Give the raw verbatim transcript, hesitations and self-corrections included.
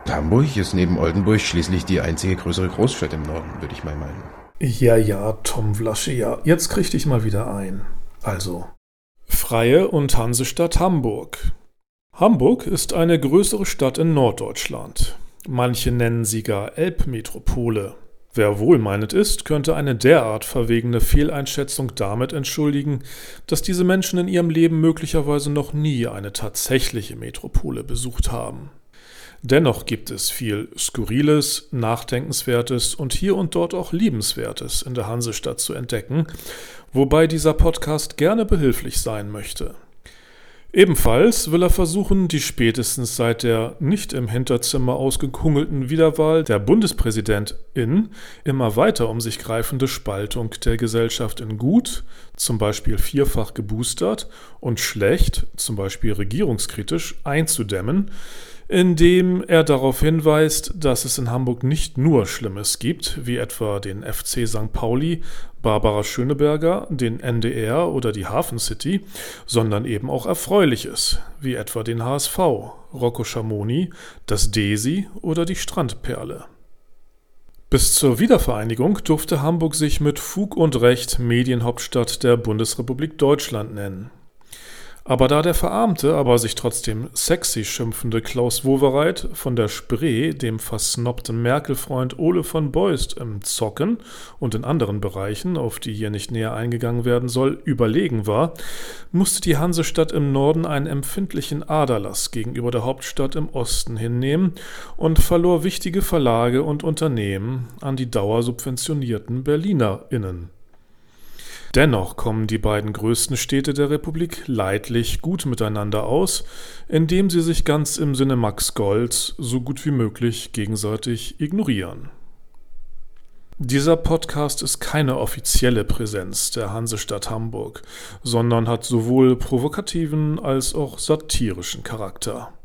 Hamburg ist neben Oldenburg schließlich die einzige größere Großstadt im Norden, würde ich mal meinen. Ja, ja, Tom Vlasche, ja. Jetzt krieg dich mal wieder ein. Also. Freie und Hansestadt Hamburg. Hamburg ist eine größere Stadt in Norddeutschland. Manche nennen sie gar Elbmetropole. Wer wohlmeinend ist, könnte eine derart verwegene Fehleinschätzung damit entschuldigen, dass diese Menschen in ihrem Leben möglicherweise noch nie eine tatsächliche Metropole besucht haben. Dennoch gibt es viel Skurriles, Nachdenkenswertes und hier und dort auch Liebenswertes in der Hansestadt zu entdecken, wobei dieser Podcast gerne behilflich sein möchte. Ebenfalls will er versuchen, die spätestens seit der nicht im Hinterzimmer ausgekungelten Wiederwahl der Bundespräsidentin immer weiter um sich greifende Spaltung der Gesellschaft in gut, zum Beispiel vierfach geboostert, und schlecht, zum Beispiel regierungskritisch, einzudämmen, indem er darauf hinweist, dass es in Hamburg nicht nur Schlimmes gibt, wie etwa den F C Sankt Pauli, Barbara Schöneberger, den N D R oder die Hafen City, sondern eben auch Erfreuliches, wie etwa den H S V, Rocco Schamoni, das Desi oder die Strandperle. Bis zur Wiedervereinigung durfte Hamburg sich mit Fug und Recht Medienhauptstadt der Bundesrepublik Deutschland nennen. Aber da der verarmte, aber sich trotzdem sexy schimpfende Klaus Wowereit von der Spree dem versnobten Merkel-Freund Ole von Beust im Zocken und in anderen Bereichen, auf die hier nicht näher eingegangen werden soll, überlegen war, musste die Hansestadt im Norden einen empfindlichen Aderlass gegenüber der Hauptstadt im Osten hinnehmen und verlor wichtige Verlage und Unternehmen an die dauersubventionierten BerlinerInnen. Dennoch kommen die beiden größten Städte der Republik leidlich gut miteinander aus, indem sie sich ganz im Sinne Max Golds so gut wie möglich gegenseitig ignorieren. Dieser Podcast ist keine offizielle Präsenz der Hansestadt Hamburg, sondern hat sowohl provokativen als auch satirischen Charakter.